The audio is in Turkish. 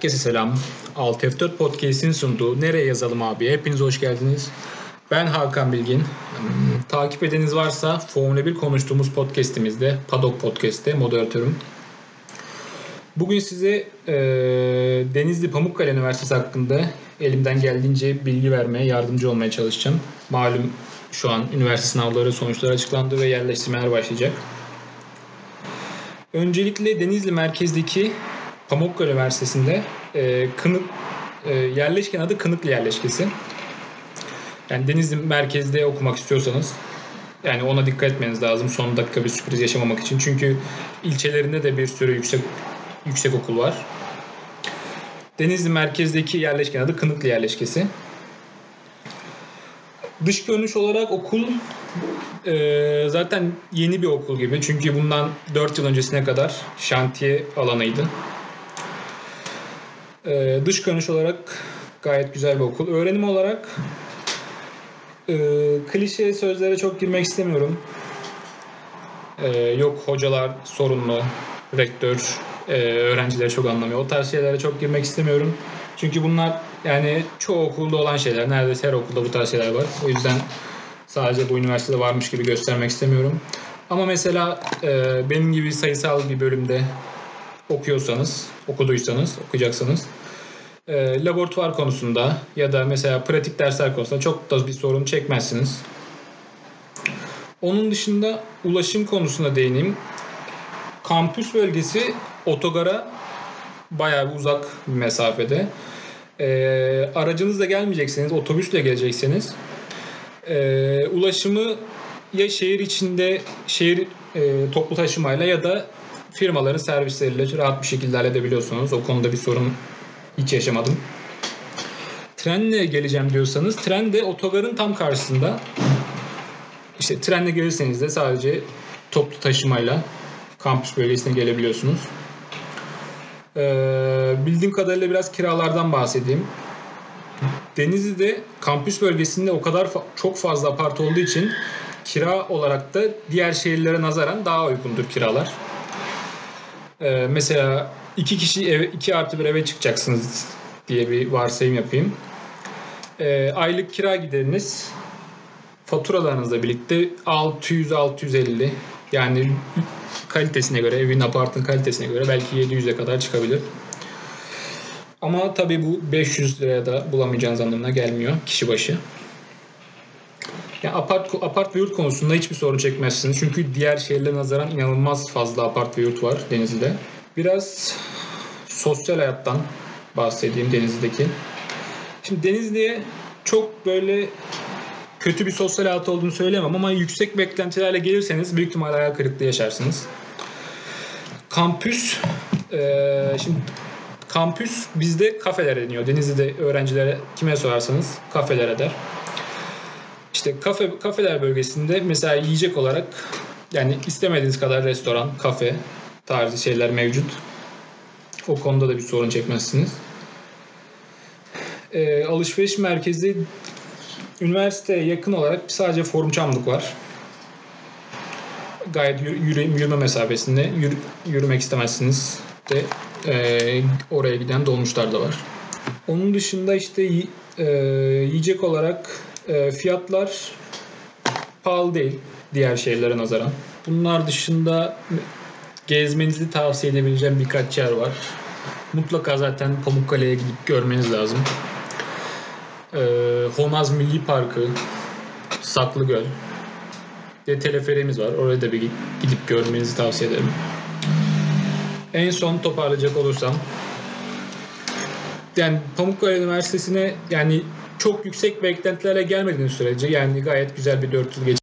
Herkese selam. Alt F4 Podcast'in sunduğu Nereye Yazalım Abi? Hepiniz hoş geldiniz. Ben Hakan Bilgin. Takip edeniz varsa Formula 1 konuştuğumuz podcast'imizde, Paddock Podcast'te moderatörüm. Bugün size Denizli Pamukkale Üniversitesi hakkında elimden geldiğince bilgi vermeye, yardımcı olmaya çalışacağım. Malum şu an üniversite sınavları sonuçları açıklandı ve yerleştirmeler başlayacak. Öncelikle Denizli merkezdeki Pamukkale Üniversitesi'nde yerleşken adı Kınıklı yerleşkesi. Yani Denizli merkezde okumak istiyorsanız yani ona dikkat etmeniz lazım son dakika bir sürpriz yaşamamak için. Çünkü ilçelerinde de bir sürü yüksek okul var. Denizli merkezdeki yerleşken adı Kınıklı yerleşkesi. Dış görünüş olarak okul zaten yeni bir okul gibi. Çünkü bundan 4 yıl öncesine kadar şantiye alanıydı. Dış görünüş olarak gayet güzel bir okul. Öğrenim olarak klişe sözlere çok girmek istemiyorum. Yok hocalar sorunlu, rektör öğrencileri çok anlamıyor. O tarz şeylere çok girmek istemiyorum. Çünkü bunlar yani çoğu okulda olan şeyler. Neredeyse her okulda bu tarz şeyler var. O yüzden sadece bu üniversitede varmış gibi göstermek istemiyorum. Ama mesela benim gibi sayısal bir bölümde okuyacaksanız laboratuvar konusunda ya da mesela pratik dersler konusunda çok da bir sorun çekmezsiniz. Onun dışında ulaşım konusuna değineyim. Kampüs bölgesi otogara bayağı bir uzak bir mesafede. Aracınızla gelmeyecekseniz, otobüsle gelecekseniz ulaşımı ya şehir içinde toplu taşımayla ya da firmaların servisleriyle rahat bir şekilde halledebiliyorsunuz. O konuda bir sorun hiç yaşamadım. Trenle geleceğim diyorsanız tren de otogarın tam karşısında. İşte trenle gelirseniz de sadece toplu taşımayla kampüs bölgesine gelebiliyorsunuz. Bildiğim kadarıyla biraz kiralardan bahsedeyim. Denizli'de kampüs bölgesinde o kadar çok fazla apart olduğu için kira olarak da diğer şehirlere nazaran daha uygundur kiralar. Mesela 2 kişi 2+1 eve çıkacaksınız diye bir varsayım yapayım. Aylık kira gideriniz faturalarınızla birlikte 600-650 yani kalitesine göre, evin apartın kalitesine göre belki 700'e kadar çıkabilir. Ama tabii bu 500 liraya da bulamayacağınız anlamına gelmiyor kişi başı. Yani apart ve yurt konusunda hiçbir sorun çekmezsiniz. Çünkü diğer şehirlere nazaran inanılmaz fazla apart ve yurt var Denizli'de. Biraz sosyal hayattan bahsedeyim Denizli'deki. Şimdi Denizli'ye çok böyle kötü bir sosyal hayat olduğunu söyleyemem ama yüksek beklentilerle gelirseniz büyük ihtimalle hayal kırıklığı yaşarsınız. Şimdi kampüs bizde kafeler deniyor. Denizli'de öğrencilere kime sorarsanız kafeler der. İşte kafeler bölgesinde mesela yiyecek olarak yani istemediğiniz kadar restoran, kafe tarzı şeyler mevcut. O konuda da bir sorun çekmezsiniz. Alışveriş merkezi üniversiteye yakın olarak sadece Forum Çamlık var. Gayet yürüme mesafesinde. Yürümek istemezsiniz de oraya giden dolmuşlar da var. Onun dışında işte yiyecek olarak fiyatlar pahalı değil diğer şehirlere nazaran. Bunlar dışında gezmenizi tavsiye edebileceğim birkaç yer var. Mutlaka zaten Pamukkale'ye gidip görmeniz lazım. Honaz Milli Parkı, Saklıgöl ve teleferimiz var. Oraya da bir gidip görmenizi tavsiye ederim. En son toparlayacak olursam yani Pamukkale Üniversitesi'ne yani çok yüksek beklentilerle gelmediğiniz sürece yani gayet güzel bir 4 yıl